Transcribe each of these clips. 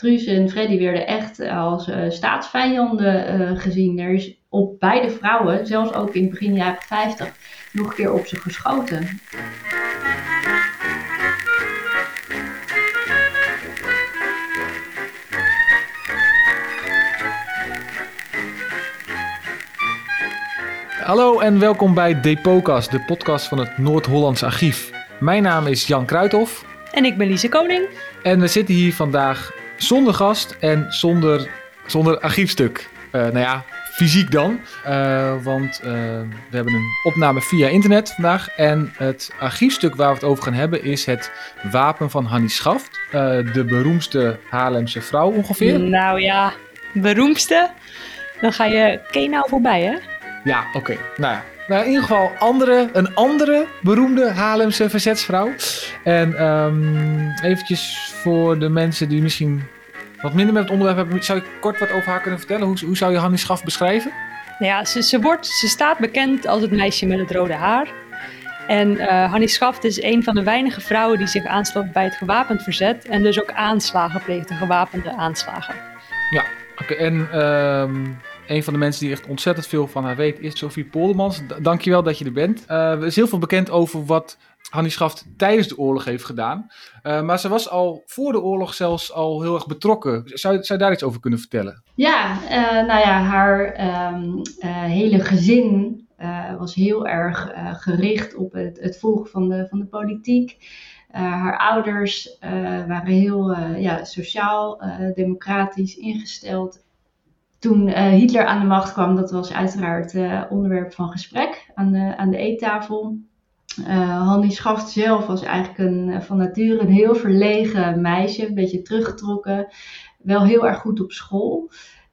Truus en Freddy werden echt als staatsvijanden gezien. Er is op beide vrouwen, zelfs ook in begin jaren 50, nog een keer op ze geschoten. Hallo en welkom bij Depotcast, de podcast van het Noord-Hollands Archief. Mijn naam is Jan Kruithof. En ik ben Lise Koning. En we zitten hier vandaag zonder gast en zonder archiefstuk. Fysiek dan. Want we hebben een opname via internet vandaag. En het archiefstuk waar we het over gaan hebben is het wapen van Hannie Schaft. De beroemdste Haarlemse vrouw ongeveer. Nou ja, beroemdste. Dan ga je Kenau voorbij, hè? Ja, oké. Nou, in ieder geval een andere beroemde Haarlemse verzetsvrouw. En eventjes voor de mensen die misschien wat minder met het onderwerp hebben, zou je kort wat over haar kunnen vertellen? Hoe zou je Hannie Schaft beschrijven? Ja, ze staat bekend als het meisje met het rode haar. En Hannie Schaft is een van de weinige vrouwen die zich aansloot bij het gewapend verzet. En dus ook aanslagen pleegde, gewapende aanslagen. Ja, oké. En een van de mensen die echt ontzettend veel van haar weet is Sophie Poldermans. Dankjewel dat je er bent. Er is heel veel bekend over wat Hannie Schaft tijdens de oorlog heeft gedaan. Maar ze was al voor de oorlog zelfs al heel erg betrokken. Zou je daar iets over kunnen vertellen? Ja, haar hele gezin was heel erg gericht op het volgen van de politiek. Haar ouders waren heel sociaal-democratisch ingesteld. Toen Hitler aan de macht kwam, dat was uiteraard onderwerp van gesprek aan de eettafel. Hannie Schaft zelf was eigenlijk van nature een heel verlegen meisje, een beetje teruggetrokken, wel heel erg goed op school.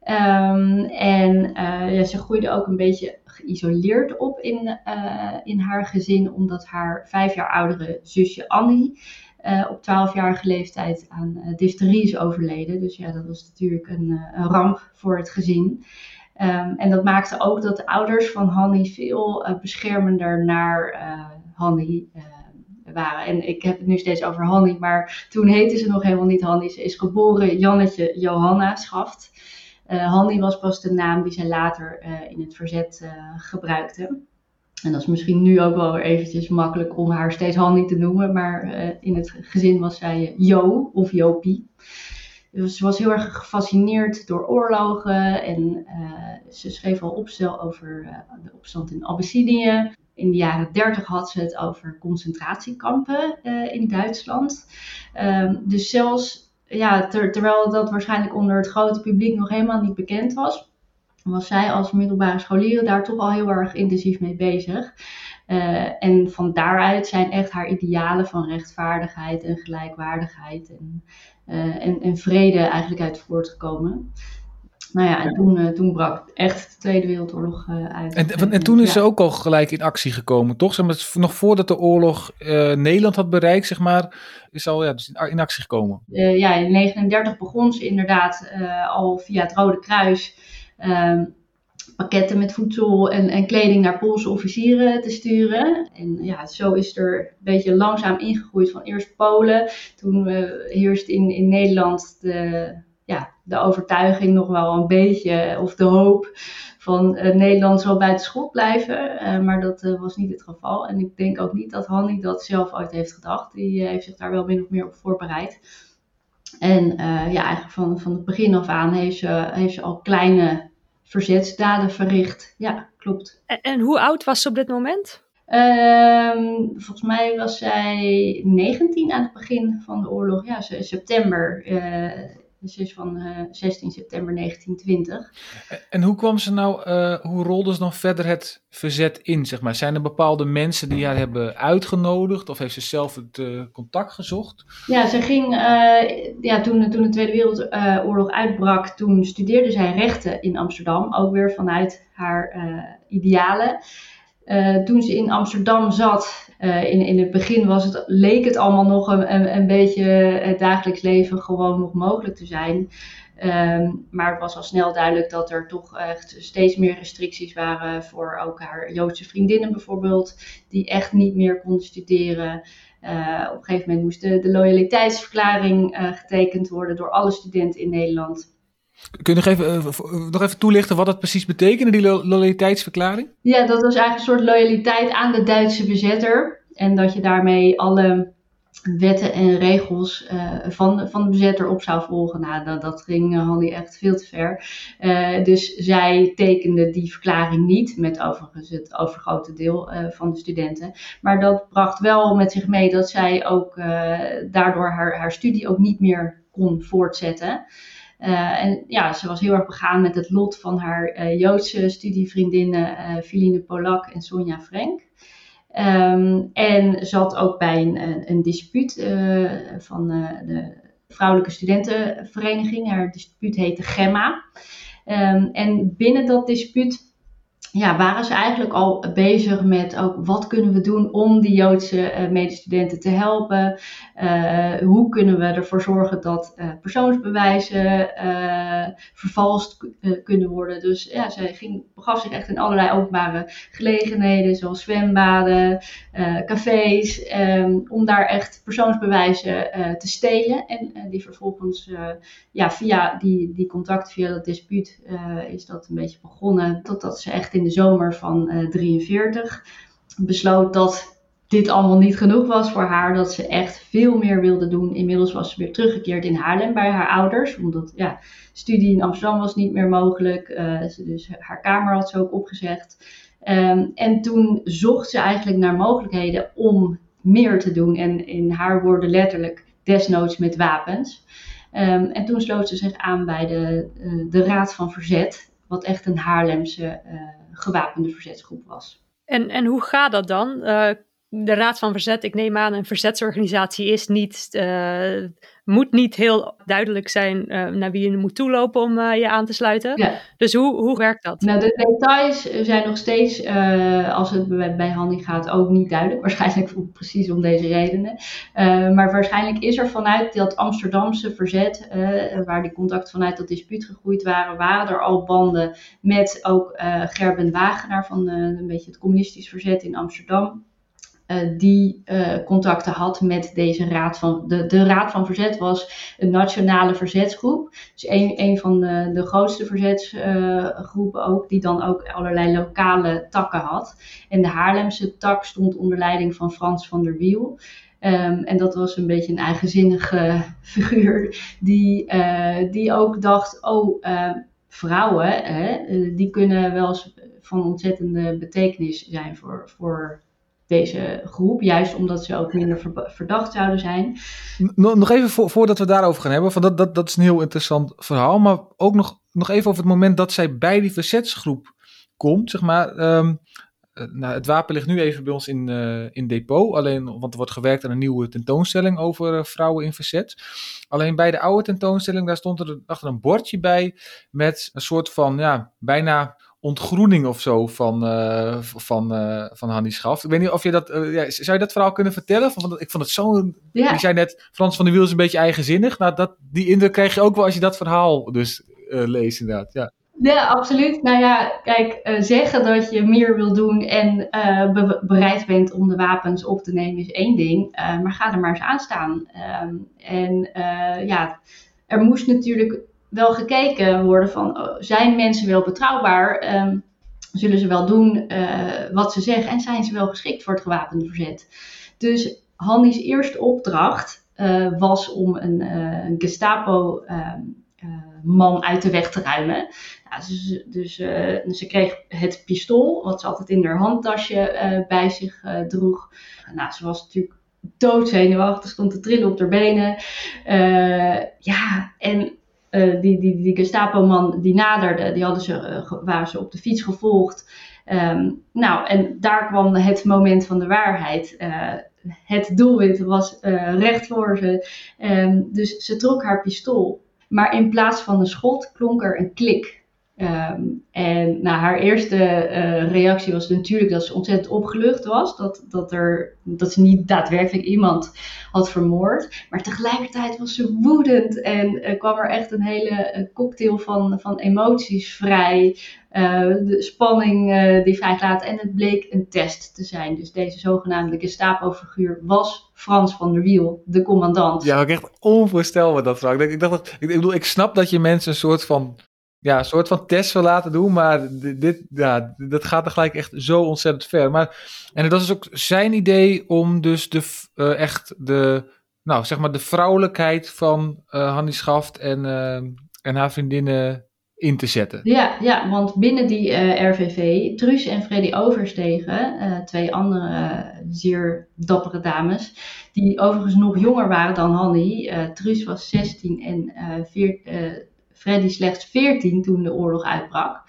Ze groeide ook een beetje geïsoleerd op in haar gezin, omdat haar 5 jaar oudere zusje Annie op 12-jarige leeftijd aan difterie is overleden. Dus ja, dat was natuurlijk een ramp voor het gezin. En dat maakte ook dat de ouders van Hannie veel beschermender naar Hannie waren. En ik heb het nu steeds over Hannie, maar toen heette ze nog helemaal niet Hannie. Ze is geboren Jannetje Johanna Schaft. Hannie was pas de naam die zij later in het verzet gebruikte. En dat is misschien nu ook wel weer eventjes makkelijk om haar steeds Hannie te noemen. Maar in het gezin was zij Jo of Jopie. Dus ze was heel erg gefascineerd door oorlogen. En ze schreef al opstel over de opstand in Abyssinië. In de jaren 30 had ze het over concentratiekampen in Duitsland. Dus zelfs, terwijl dat waarschijnlijk onder het grote publiek nog helemaal niet bekend was zij als middelbare scholier daar toch al heel erg intensief mee bezig. En van daaruit zijn echt haar idealen van rechtvaardigheid en gelijkwaardigheid en vrede eigenlijk uit voortgekomen. En toen brak echt de Tweede Wereldoorlog uit. En toen is ze ook al gelijk in actie gekomen, toch? Zeg maar, nog voordat de oorlog Nederland had bereikt, zeg maar, is ze al dus in actie gekomen. In 1939 begon ze inderdaad al via het Rode Kruis pakketten met voedsel en kleding naar Poolse officieren te sturen. En zo is er een beetje langzaam ingegroeid van eerst Polen. Toen heerst in Nederland de overtuiging nog wel een beetje, of de hoop van Nederland zal buiten schot blijven. Maar dat was niet het geval. En ik denk ook niet dat Hannie dat zelf ooit heeft gedacht. Die heeft zich daar wel min of meer op voorbereid. En eigenlijk van het begin af aan heeft ze al kleine verzetsdaden verricht. Ja, klopt. En hoe oud was ze op dit moment? Volgens mij was zij 19 aan het begin van de oorlog. Ja, september. Ze is van 16 september 1920. En hoe kwam ze hoe rolde ze dan verder het verzet in, zeg maar? Zijn er bepaalde mensen die haar hebben uitgenodigd of heeft ze zelf het contact gezocht? Ja, ze ging, toen de Tweede Wereldoorlog uitbrak, toen studeerde zij rechten in Amsterdam, ook weer vanuit haar idealen. Toen ze in Amsterdam zat, in het begin leek het allemaal nog een beetje het dagelijks leven gewoon nog mogelijk te zijn. Maar het was al snel duidelijk dat er toch echt steeds meer restricties waren voor ook haar Joodse vriendinnen bijvoorbeeld, die echt niet meer konden studeren. Op een gegeven moment moest de loyaliteitsverklaring getekend worden door alle studenten in Nederland. Kun je nog even toelichten wat dat precies betekende, die loyaliteitsverklaring? Ja, dat was eigenlijk een soort loyaliteit aan de Duitse bezetter. En dat je daarmee alle wetten en regels van de bezetter op zou volgen. Nou, dat ging Hanni echt veel te ver. Dus zij tekende die verklaring niet, met overigens het overgrote deel van de studenten. Maar dat bracht wel met zich mee dat zij ook daardoor haar studie ook niet meer kon voortzetten. En ja, ze was heel erg begaan met het lot van haar Joodse studievriendinnen Philine Polak en Sonja Frank. En zat ook bij een dispuut van de vrouwelijke studentenvereniging. Haar dispuut heette Gemma. En binnen dat dispuut waren ze eigenlijk al bezig met ook wat kunnen we doen om die Joodse medestudenten te helpen. Hoe kunnen we ervoor zorgen dat persoonsbewijzen vervalst kunnen worden. Dus ja, zij begaf zich echt in allerlei openbare gelegenheden, zoals zwembaden, cafés, om daar echt persoonsbewijzen te stelen. En die vervolgens via die contacten, via dat dispuut, is dat een beetje begonnen. Totdat ze echt in de zomer van 43 besloot dat dit allemaal niet genoeg was voor haar. Dat ze echt veel meer wilde doen. Inmiddels was ze weer teruggekeerd in Haarlem bij haar ouders. Omdat studie in Amsterdam was niet meer mogelijk. Dus haar kamer had ze ook opgezegd. En toen zocht ze eigenlijk naar mogelijkheden om meer te doen. En in haar woorden letterlijk desnoods met wapens. En toen sloot ze zich aan bij de Raad van Verzet. Wat echt een Haarlemse gewapende verzetsgroep was. En hoe gaat dat dan? De Raad van Verzet, ik neem aan, een verzetsorganisatie moet niet heel duidelijk zijn naar wie je moet toelopen om je aan te sluiten. Ja. Dus hoe werkt dat? Nou, de details zijn nog steeds, als het bij Hanni gaat, ook niet duidelijk. Waarschijnlijk precies om deze redenen. Maar waarschijnlijk is er vanuit dat Amsterdamse verzet, waar die contacten vanuit dat dispuut gegroeid waren er al banden met ook Gerben Wagenaar van een beetje het communistisch verzet in Amsterdam. Die contacten had met deze Raad van... De Raad van Verzet was een nationale verzetsgroep. Dus een van de grootste verzetsgroepen ook, die dan ook allerlei lokale takken had. En de Haarlemse tak stond onder leiding van Frans van der Wiel. En dat was een beetje een eigenzinnige figuur die ook dacht, vrouwen, die kunnen wel eens van ontzettende betekenis zijn voor deze groep, juist omdat ze ook minder verdacht zouden zijn. Nog even voordat we daarover gaan hebben, van dat is een heel interessant verhaal, maar ook nog even over het moment dat zij bij die verzetsgroep komt, zeg maar. Het wapen ligt nu even bij ons in depot, want er wordt gewerkt aan een nieuwe tentoonstelling over vrouwen in verzet. Alleen bij de oude tentoonstelling, daar stond er achter een bordje bij met een soort van, bijna ontgroening of zo van Hanni Schaft. Ik weet niet of je dat... zou je dat verhaal kunnen vertellen? Ik vond het zo... Ja. Je zei net, Frans van der Wiel is een beetje eigenzinnig. Nou, die indruk krijg je ook wel als je dat verhaal dus leest inderdaad. Ja. Ja, absoluut. Nou ja, kijk, zeggen dat je meer wil doen en bereid bent om de wapens op te nemen is één ding. Maar ga er maar eens aan staan. Er moest natuurlijk wel gekeken worden van, zijn mensen wel betrouwbaar? Zullen ze wel doen wat ze zeggen? En zijn ze wel geschikt voor het gewapende verzet? Dus Hanni's eerste opdracht was om een Gestapo man uit de weg te ruimen. Ja, ze kreeg het pistool, wat ze altijd in haar handtasje bij zich droeg. Nou, ze was natuurlijk doodzenuwachtig, stond te trillen op haar benen. Die Gestapo-man die naderde, waren ze op de fiets gevolgd. En daar kwam het moment van de waarheid. Het doelwit was recht voor ze. Dus ze trok haar pistool. Maar in plaats van een schot klonk er een klik. En haar eerste reactie was natuurlijk dat ze ontzettend opgelucht was. Dat ze niet daadwerkelijk iemand had vermoord. Maar tegelijkertijd was ze woedend. En kwam er echt een hele cocktail van emoties vrij. De spanning die vrijlaat. En het bleek een test te zijn. Dus deze zogenaamde Gestapo-figuur was Frans van der Wiel, de commandant. Ja, ook echt onvoorstelbaar dat vraag. Ik snap dat je mensen een soort van test wil laten doen, maar dat gaat tegelijk echt zo ontzettend ver. En dat is ook zijn idee om dus de vrouwelijkheid van Hannie Schaft en haar vriendinnen in te zetten. Ja, want binnen die RVV, Truus en Freddy Overstegen, 2 andere zeer dappere dames, die overigens nog jonger waren dan Hannie. Truus was 16 en Freddy slechts 14 toen de oorlog uitbrak.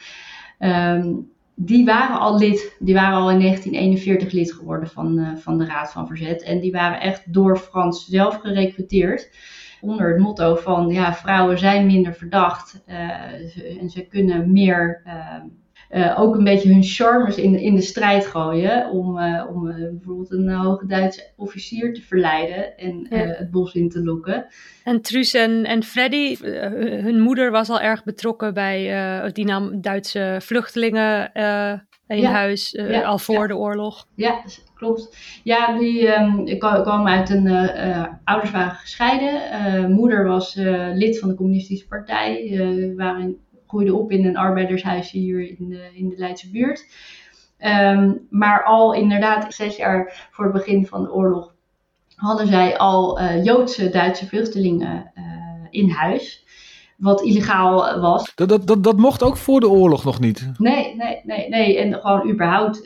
Die waren al lid. Die waren al in 1941 lid geworden van de Raad van Verzet. En die waren echt door Frans zelf gerekruteerd. Onder het motto van vrouwen zijn minder verdacht. En ze kunnen meer ook een beetje hun charmes in de strijd gooien. Om bijvoorbeeld een hoge Duitse officier te verleiden en het bos in te lokken. En Truus en Freddy, hun moeder was al erg betrokken bij, die nam Duitse vluchtelingen in huis, al voor de oorlog. Ja, klopt. Ja, die kwamen uit ouders waren gescheiden. Moeder was lid van de Communistische Partij. Groeide op in een arbeidershuisje hier in de Leidse buurt. Maar al inderdaad 6 jaar voor het begin van de oorlog hadden zij al Joodse Duitse vluchtelingen in huis. Wat illegaal was. Dat mocht ook voor de oorlog nog niet? Nee. En gewoon überhaupt,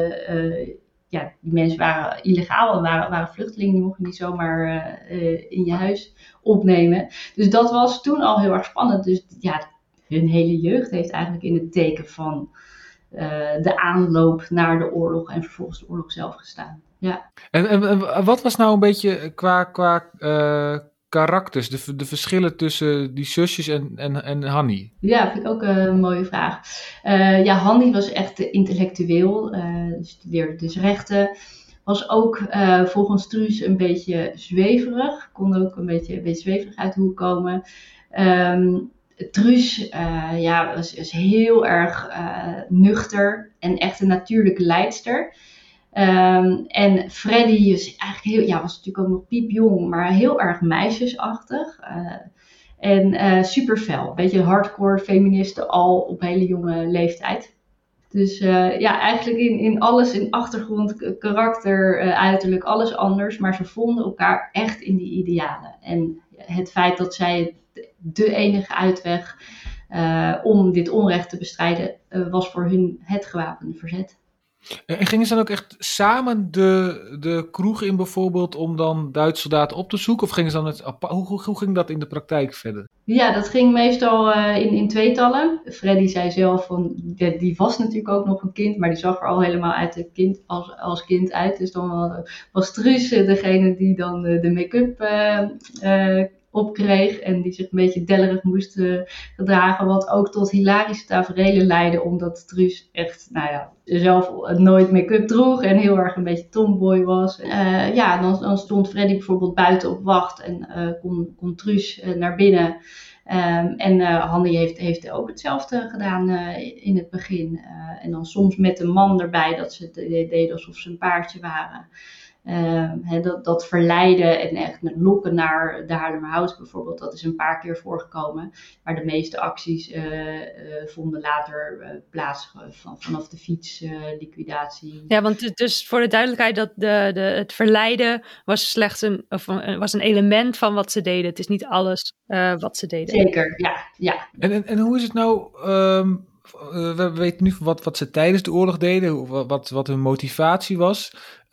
die mensen waren illegaal, waren vluchtelingen, die mochten niet zomaar in je huis opnemen. Dus dat was toen al heel erg spannend. Dus hun hele jeugd heeft eigenlijk in het teken van de aanloop naar de oorlog en vervolgens de oorlog zelf gestaan. Ja. En wat was nou een beetje qua karakters, de verschillen tussen die zusjes en Hannie? Ja, vind ik ook een mooie vraag. Hannie was echt intellectueel, studeerde dus rechten. Was ook volgens Truus een beetje zweverig, kon ook een beetje zweverig uit de hoek komen. Truus was heel erg nuchter en echt een natuurlijke leidster. En Freddy was eigenlijk was natuurlijk ook nog piepjong, maar heel erg meisjesachtig. En super fel. Een beetje hardcore feministen al op hele jonge leeftijd. Dus eigenlijk in alles, in achtergrond, karakter, uiterlijk, alles anders. Maar ze vonden elkaar echt in die idealen. En het feit dat zij de enige uitweg om dit onrecht te bestrijden was voor hun het gewapende verzet. En gingen ze dan ook echt samen de kroeg in bijvoorbeeld om dan Duitse soldaten op te zoeken? Of gingen ze dan hoe ging dat in de praktijk verder? Ja, dat ging meestal in tweetallen. Freddy zei zelf die was natuurlijk ook nog een kind, maar die zag er al helemaal uit als kind uit. Dus dan was Truus degene die dan de make-up opkreeg en die zich een beetje dellerig moest gedragen, wat ook tot hilarische taferelen leidde, omdat Truus echt, zelf nooit make-up droeg en heel erg een beetje tomboy was. Dan stond Freddy bijvoorbeeld buiten op wacht en kon Truus naar binnen. En Hannie heeft ook hetzelfde gedaan in het begin. En dan soms met een man erbij, dat ze deden alsof ze een paardje waren. Dat verleiden en echt met lokken naar de Haarlemmerhout bijvoorbeeld, dat is een paar keer voorgekomen. Maar de meeste acties vonden later plaats vanaf de fiets, liquidatie. Ja, want dus voor de duidelijkheid, dat het verleiden was slechts een element van wat ze deden. Het is niet alles wat ze deden. Zeker, ja. En hoe is het nou? We weten nu wat ze tijdens de oorlog deden, wat hun motivatie was.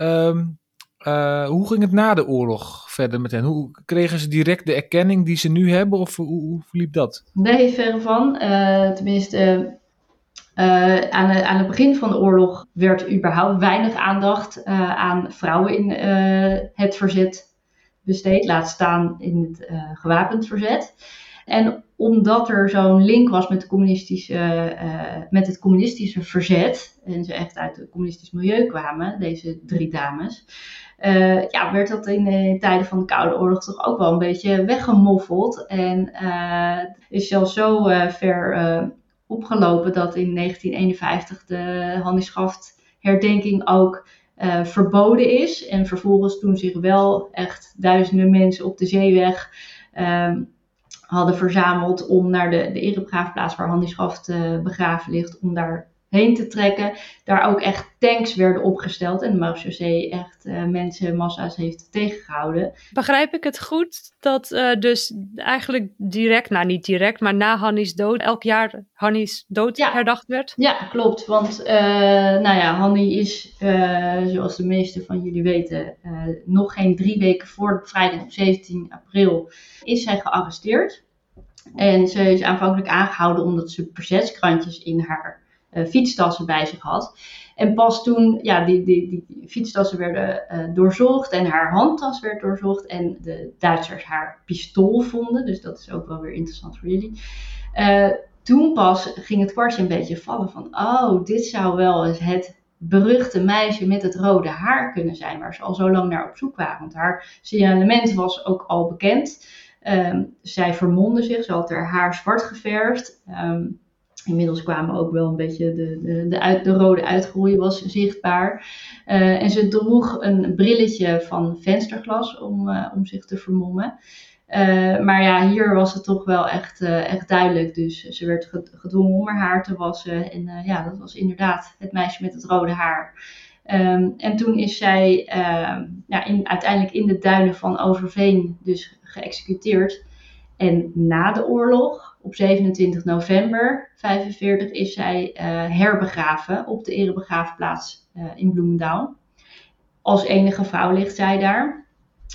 Hoe ging het na de oorlog verder met hen? Hoe kregen ze direct de erkenning die ze nu hebben? Of hoe liep dat? Nee, verre van. Tenminste, aan het begin van de oorlog werd überhaupt weinig aandacht aan vrouwen in het verzet besteed. Laat staan in het gewapend verzet. En omdat er zo'n link was met met het communistische verzet, en ze echt uit het communistisch milieu kwamen, deze 3 dames, werd dat in tijden van de Koude Oorlog toch ook wel een beetje weggemoffeld. En is zelfs zo ver opgelopen dat in 1951 de Hannie Schaft herdenking ook verboden is. En vervolgens toen zich wel echt duizenden mensen op de zeeweg hadden verzameld om naar de erebegraafplaats waar Hannie Schaft begraven ligt, om daarheen te trekken. Daar ook echt tanks werden opgesteld en de marechaussee echt mensenmassa's heeft tegengehouden. Begrijp ik het goed dat dus eigenlijk direct, nou niet direct, maar na Hannie's dood, elk jaar Hannie's dood herdacht werd? Ja, klopt. Want Hannie is, zoals de meesten van jullie weten, nog geen 3 weken voor de bevrijding op 17 april is zij gearresteerd. En ze is aanvankelijk aangehouden omdat ze verzetskrantjes in haar fietstassen bij zich had. En pas toen die fietstassen werden doorzocht en haar handtas werd doorzocht en de Duitsers haar pistool vonden, dus dat is ook wel weer interessant voor jullie. Toen pas ging het kwartje een beetje vallen van, dit zou wel eens het beruchte meisje met het rode haar kunnen zijn, waar ze al zo lang naar op zoek waren. Want haar signalement was ook al bekend. Zij vermomde zich, ze had haar haar zwart geverfd. Inmiddels kwamen ook wel een beetje de rode uitgroei was zichtbaar. En ze droeg een brilletje van vensterglas om zich te vermommen. Maar hier was het toch wel echt duidelijk. Dus ze werd gedwongen om haar haar te wassen. En dat was inderdaad het meisje met het rode haar. En toen is zij uiteindelijk in de duinen van Overveen dus geëxecuteerd. En na de oorlog, op 27 november 1945, is zij herbegraven op de erebegraafplaats in Bloemendaal. Als enige vrouw ligt zij daar.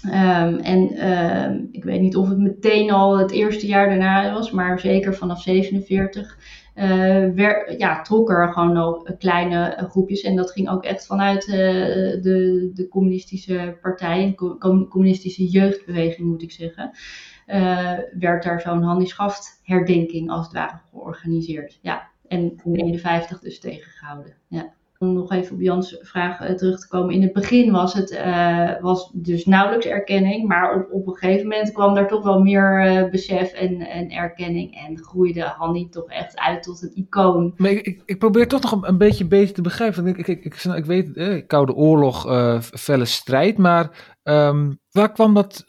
Ik weet niet of het meteen al het eerste jaar daarna was, maar zeker vanaf 1947 trok er gewoon al kleine groepjes. En dat ging ook echt vanuit de communistische partij, een communistische jeugdbeweging moet ik zeggen. Werd daar zo'n Hannie Schaft herdenking als het ware georganiseerd. Ja, en in 1951 dus tegengehouden. Ja. Om nog even op Jans vraag terug te komen. In het begin was dus nauwelijks erkenning. Maar op een gegeven moment kwam daar toch wel meer besef en erkenning. En groeide Hannie toch echt uit tot een icoon. Maar ik probeer toch nog een beetje beter te begrijpen. Ik weet, Koude Oorlog, felle strijd. Maar waar kwam dat...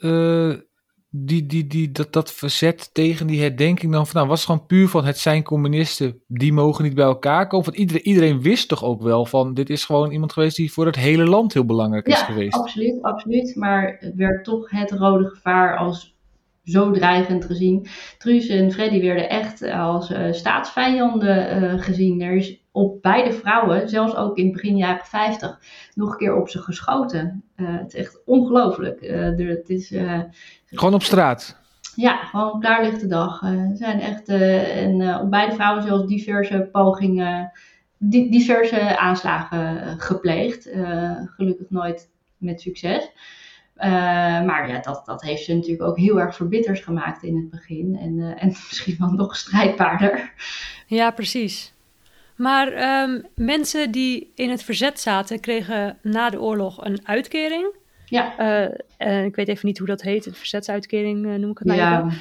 Dat verzet tegen die herdenking dan vandaan? Was het gewoon puur van het zijn communisten, die mogen niet bij elkaar komen? Want iedereen wist toch ook wel van dit is gewoon iemand geweest die voor het hele land heel belangrijk is geweest. Ja, absoluut. Maar het werd toch het rode gevaar als zo dreigend gezien. Truus en Freddy werden echt als staatsvijanden gezien. Er is op beide vrouwen, zelfs ook in begin jaren 50, nog een keer op ze geschoten. Het is echt ongelooflijk. Het is... Gewoon op straat? Ja, gewoon op klaarlichte dag. Er zijn echt op beide vrouwen zelfs diverse pogingen, diverse aanslagen gepleegd. Gelukkig nooit met succes. Maar dat heeft ze natuurlijk ook heel erg verbitterd gemaakt in het begin. En misschien wel nog strijdbaarder. Ja, precies. Maar mensen die in het verzet zaten, kregen na de oorlog een uitkering. Ja. Ik weet even niet hoe dat heet. De verzetsuitkering noem ik het maar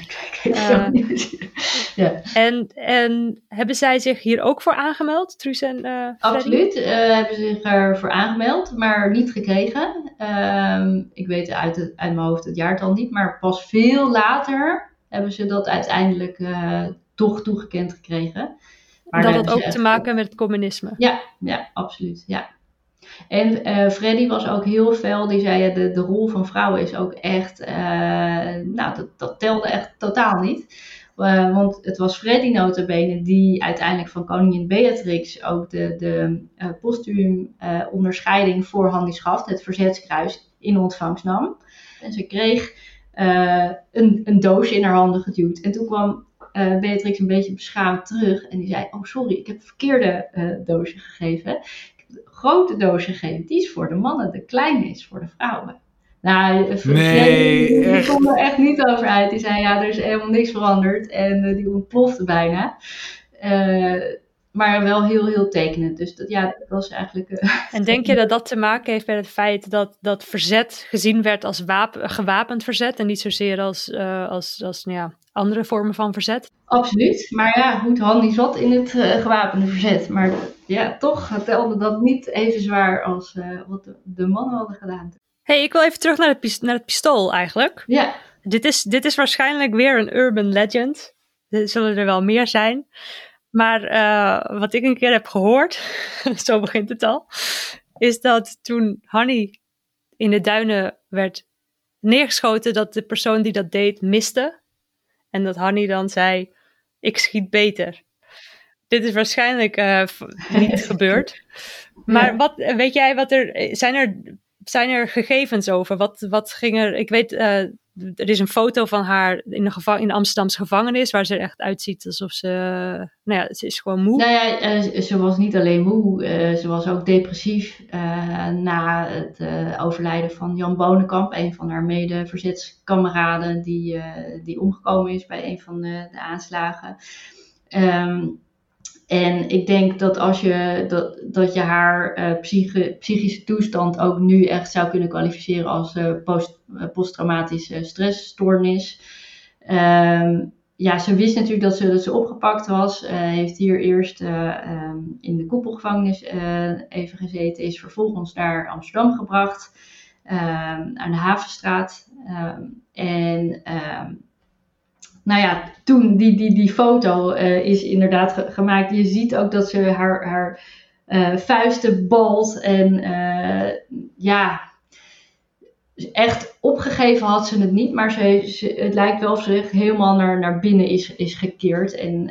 even. En hebben zij zich hier ook voor aangemeld, Truus en Freddy? Absoluut. Hebben zich ervoor aangemeld, maar niet gekregen. Ik weet uit mijn hoofd het jaartal niet, maar pas veel later hebben ze dat uiteindelijk toch toegekend gekregen. Maar dat had ook te maken met het communisme. Ja, absoluut. Ja. En Freddy was ook heel fel. Die zei, de rol van vrouwen is ook echt... dat telde echt totaal niet. Want het was Freddy nota bene die uiteindelijk van koningin Beatrix ook de postuum onderscheiding voor Hannie Schaft, het Verzetskruis, in ontvangst nam. En ze kreeg een doosje in haar handen geduwd. En toen kwam Beatrix een beetje beschaamd terug. En die zei, sorry, ik heb het verkeerde doosje gegeven. Ik heb het grote doosje gegeven. Die is voor de mannen, de kleine is voor de vrouwen. Nou, die kon er echt niet over uit. Die zei, ja, er is helemaal niks veranderd. En die ontplofte bijna. Maar wel heel, heel tekenend. Dus dat was eigenlijk... En denk je dat te maken heeft met het feit dat verzet gezien werd als gewapend verzet en niet zozeer als andere vormen van verzet? Absoluut. Maar ja, goed, Hanni zat in het gewapende verzet. Maar ja, toch telde dat niet even zwaar als wat de mannen hadden gedaan. Hey, ik wil even terug naar het pistool eigenlijk. Ja. Dit is waarschijnlijk weer een urban legend. Er zullen er wel meer zijn. Maar wat ik een keer heb gehoord, zo begint het al, is dat toen Hanni in de duinen werd neergeschoten, dat de persoon die dat deed miste. En dat Hanni dan zei, ik schiet beter. Dit is waarschijnlijk niet gebeurd. Maar weet jij wat zijn er gegevens over? Wat ging er? Ik weet, er is een foto van haar in de Amsterdamse gevangenis, waar ze er echt uitziet alsof ze is gewoon moe. Nou ja, ze was niet alleen moe, ze was ook depressief na het overlijden van Jan Bonenkamp, een van haar mede-verzetskameraden die omgekomen is bij een van de aanslagen. En ik denk dat als dat je haar psychische toestand ook nu echt zou kunnen kwalificeren als posttraumatische stressstoornis. Ze wist natuurlijk dat ze opgepakt was. Heeft hier eerst in de Koepelgevangenis even gezeten. Is vervolgens naar Amsterdam gebracht. Aan de Havenstraat. Toen die foto is inderdaad gemaakt. Je ziet ook dat ze haar vuisten balt. En echt opgegeven had ze het niet. Maar het lijkt wel of ze echt helemaal naar binnen is gekeerd. En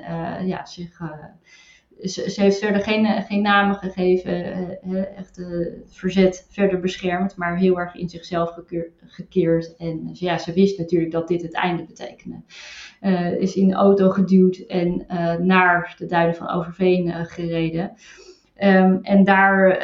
ze heeft verder geen namen gegeven. Echt het verzet verder beschermd. Maar heel erg in zichzelf gekeerd. En ze wist natuurlijk dat dit het einde betekende. Is in de auto geduwd en naar de duinen van Overveen gereden. En daar,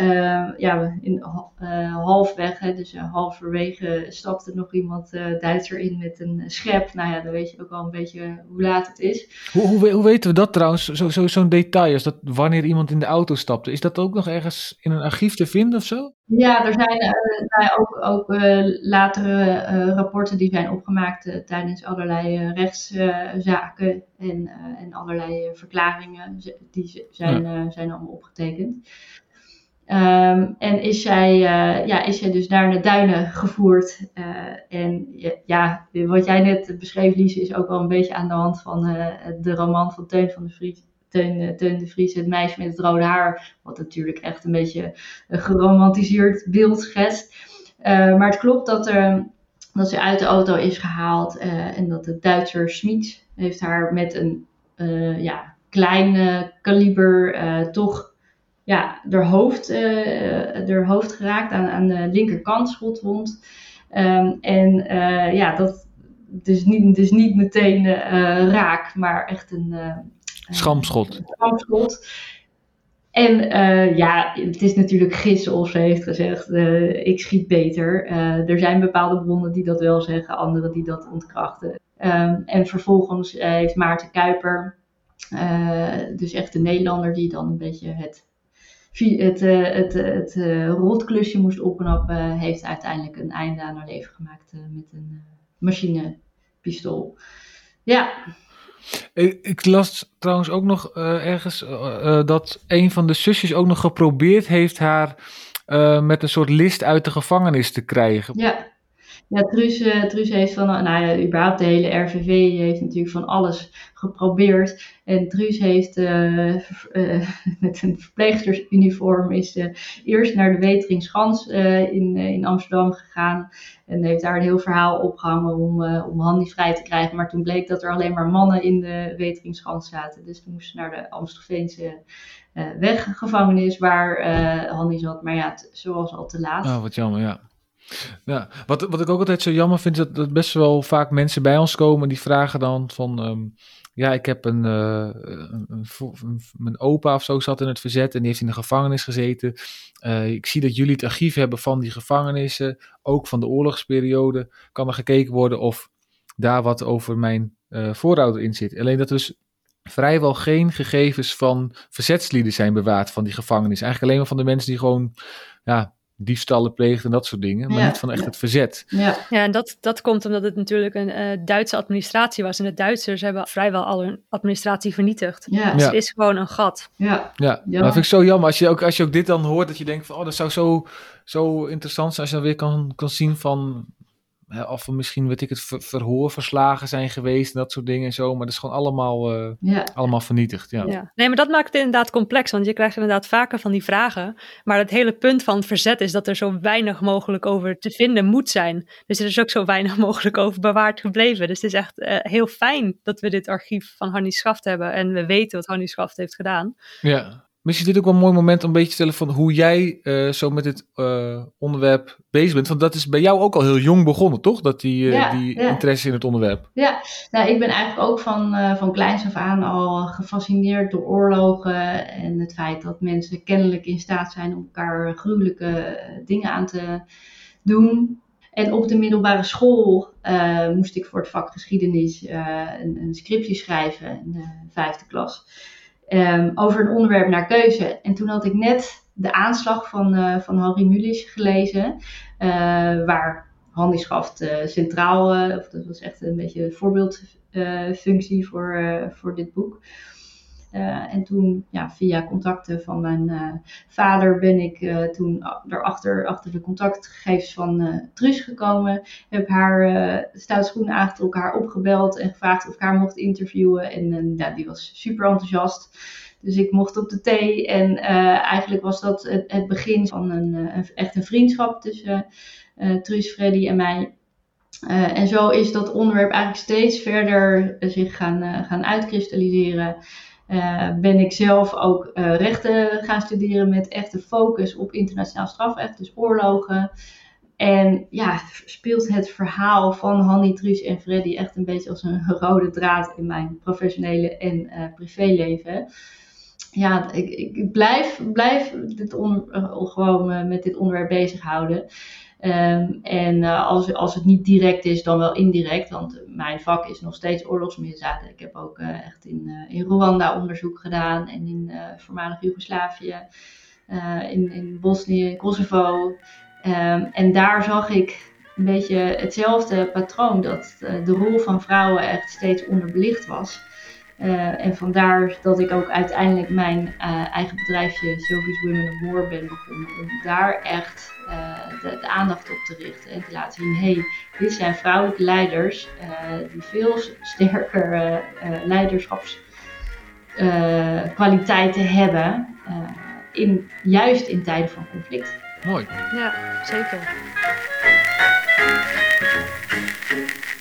halfweg, dus halverwege, stapte nog iemand Duitser in met een schep. Nou ja, dan weet je ook wel een beetje hoe laat het is. Hoe weten we dat trouwens, zo'n detail, als dat wanneer iemand in de auto stapte? Is dat ook nog ergens in een archief te vinden of zo? Ja, er zijn ook latere rapporten die zijn opgemaakt tijdens allerlei rechtszaken en allerlei verklaringen. Die zijn allemaal opgetekend. En is zij dus naar de duinen gevoerd. Wat jij net beschreef, Lies, is ook wel een beetje aan de hand van de roman van Teun de Vries, Het meisje met het rode haar. Wat natuurlijk echt een beetje een geromantiseerd beeld schetst. Maar het klopt dat ze uit de auto is gehaald. En dat de Duitser Schmid heeft haar met een klein kaliber toch haar hoofd geraakt aan de linkerkant, schotwond. Dat dus niet meteen raak, maar echt een schamschot. En het is natuurlijk gissen of ze heeft gezegd, ik schiet beter. Er zijn bepaalde bronnen die dat wel zeggen, anderen die dat ontkrachten. En vervolgens heeft Maarten Kuiper, dus echt de Nederlander die dan een beetje het rotklusje moest opknappen, heeft uiteindelijk een einde aan haar leven gemaakt met een machinepistool. Ja. Ik las trouwens ook nog ergens dat een van de zusjes ook nog geprobeerd heeft haar met een soort list uit de gevangenis te krijgen. Ja, Truus heeft überhaupt de hele RVV heeft natuurlijk van alles geprobeerd. En Truus heeft met een verpleegstersuniform is eerst naar de Weteringschans in Amsterdam gegaan. En heeft daar een heel verhaal opgehangen om Hanni vrij te krijgen. Maar toen bleek dat er alleen maar mannen in de Weteringschans zaten. Dus toen moest ze naar de Amstelveense weggevangenis waar Hanni zat. Maar ja, zo was al te laat. Oh, wat jammer, ja. Ja, wat ik ook altijd zo jammer vind, is dat best wel vaak mensen bij ons komen die vragen dan van, ik heb mijn opa of zo zat in het verzet en die heeft in de gevangenis gezeten. Ik zie dat jullie het archief hebben van die gevangenissen, ook van de oorlogsperiode. Kan er gekeken worden of daar wat over mijn voorouder in zit. Alleen dat dus vrijwel geen gegevens van verzetslieden zijn bewaard van die gevangenis. Eigenlijk alleen maar van de mensen die gewoon diefstallen pleegden en dat soort dingen, maar niet van echt het verzet. Ja, en dat komt omdat het natuurlijk een Duitse administratie was en de Duitsers hebben vrijwel al hun administratie vernietigd. Ja. Dus het is gewoon een gat. Ja. Maar dat vind ik zo jammer. Als je ook dit dan hoort, dat je denkt van, dat zou zo interessant zijn als je dan weer kan zien van, of er misschien, weet ik het, verhoorverslagen zijn geweest en dat soort dingen en zo. Maar dat is gewoon allemaal vernietigd. Ja. Nee, maar dat maakt het inderdaad complex, want je krijgt inderdaad vaker van die vragen. Maar het hele punt van het verzet is dat er zo weinig mogelijk over te vinden moet zijn. Dus er is ook zo weinig mogelijk over bewaard gebleven. Dus het is echt heel fijn dat we dit archief van Hannie Schaft hebben en we weten wat Hannie Schaft heeft gedaan. Ja. Misschien is dit ook wel een mooi moment om een beetje te stellen van hoe jij zo met dit onderwerp bezig bent. Want dat is bij jou ook al heel jong begonnen, toch? Dat die interesse in het onderwerp. Ja, nou, ik ben eigenlijk ook van kleins af aan al gefascineerd door oorlogen. En het feit dat mensen kennelijk in staat zijn om elkaar gruwelijke dingen aan te doen. En op de middelbare school moest ik voor het vak geschiedenis een scriptie schrijven in de 5e klas. Over een onderwerp naar keuze. En toen had ik net de aanslag van Henri Mulisch gelezen. Waar Hannie Schaft centraal, dat was echt een beetje een voorbeeldfunctie voor dit boek. En toen, via contacten van mijn vader ben ik toen achter de contactgegevens van Truus gekomen. Heb haar stoute schoenen aangetrokken, haar opgebeld en gevraagd of ik haar mocht interviewen. En die was super enthousiast. Dus ik mocht op de thee en eigenlijk was dat het begin van echt een vriendschap tussen Truus, Freddy en mij. En zo is dat onderwerp eigenlijk steeds verder zich gaan uitkristalliseren. Ben ik zelf ook rechten gaan studeren met echte focus op internationaal strafrecht, dus oorlogen. En speelt het verhaal van Hannie, Truus en Freddy echt een beetje als een rode draad in mijn professionele en privéleven. Ja, ik blijf gewoon met dit onderwerp bezighouden. En als het niet direct is, dan wel indirect. Want mijn vak is nog steeds oorlogsmisdaden. Ik heb ook echt in Rwanda onderzoek gedaan. En in voormalig Joegoslavië. In Bosnië, Kosovo. En daar zag ik een beetje hetzelfde patroon. Dat de rol van vrouwen echt steeds onderbelicht was. En vandaar dat ik ook uiteindelijk mijn eigen bedrijfje Sophie's Women of War ben begonnen. Om daar echt de aandacht op te richten. En te laten zien, dit zijn vrouwelijke leiders die veel sterker leiderschapskwaliteiten hebben. Juist in tijden van conflict. Mooi. Ja, zeker.